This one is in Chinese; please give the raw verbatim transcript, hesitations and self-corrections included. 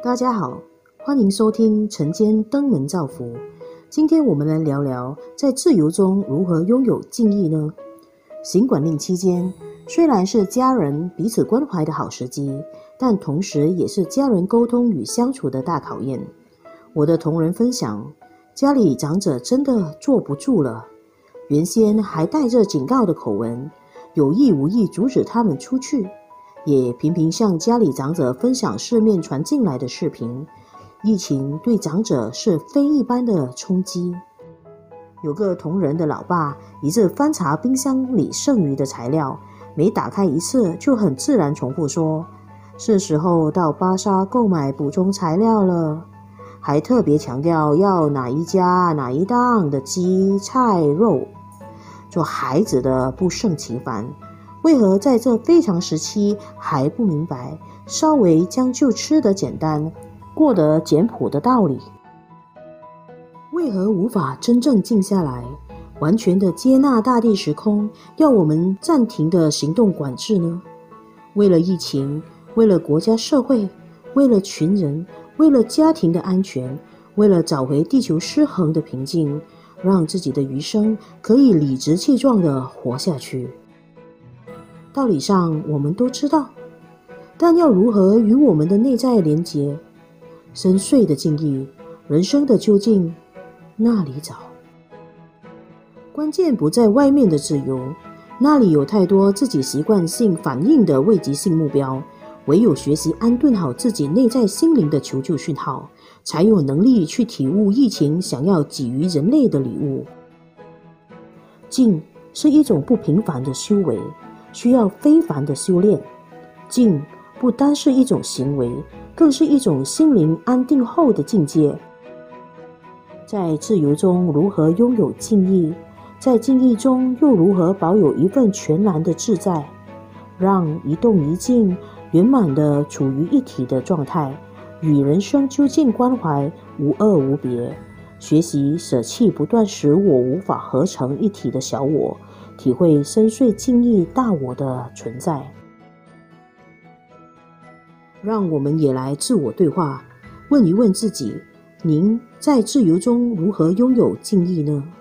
大家好，欢迎收听晨间登门造福。今天我们来聊聊在自由中如何拥有敬意呢？行管令期间，虽然是家人彼此关怀的好时机，但同时也是家人沟通与相处的大考验。我的同仁分享，家里长者真的坐不住了，原先还带着警告的口吻，有意无意阻止他们出去，也频频向家里长者分享市面传进来的视频。疫情对长者是非一般的冲击。有个同仁的老爸一直翻查冰箱里剩余的材料，每打开一次就很自然重复说，是时候到巴莎购买补充材料了，还特别强调要哪一家哪一档的鸡菜肉。做孩子的不胜其烦，为何在这非常时期还不明白稍微将就吃得简单过得简朴的道理？为何无法真正静下来，完全的接纳大地时空要我们暂停的行动管制呢？为了疫情，为了国家社会，为了群人，为了家庭的安全，为了找回地球失衡的平静，让自己的余生可以理直气壮地活下去。道理上我们都知道，但要如何与我们的内在连结？深邃的敬意，人生的究竟，那里找？关键不在外面的自由，那里有太多自己习惯性反应的危急性目标，唯有学习安顿好自己内在心灵的求救讯号，才有能力去体悟疫情想要给予人类的礼物。静是一种不平凡的修为，需要非凡的修炼。静不单是一种行为，更是一种心灵安定后的境界。在自由中如何拥有敬意，在敬意中又如何保有一份全然的自在，让一动一静圆满地处于一体的状态，与人生究竟关怀无二无别。学习舍弃不断使我无法合成一体的小我，体会深邃敬意大我的存在。让我们也来自我对话，问一问自己，您在自由中如何拥有敬意呢？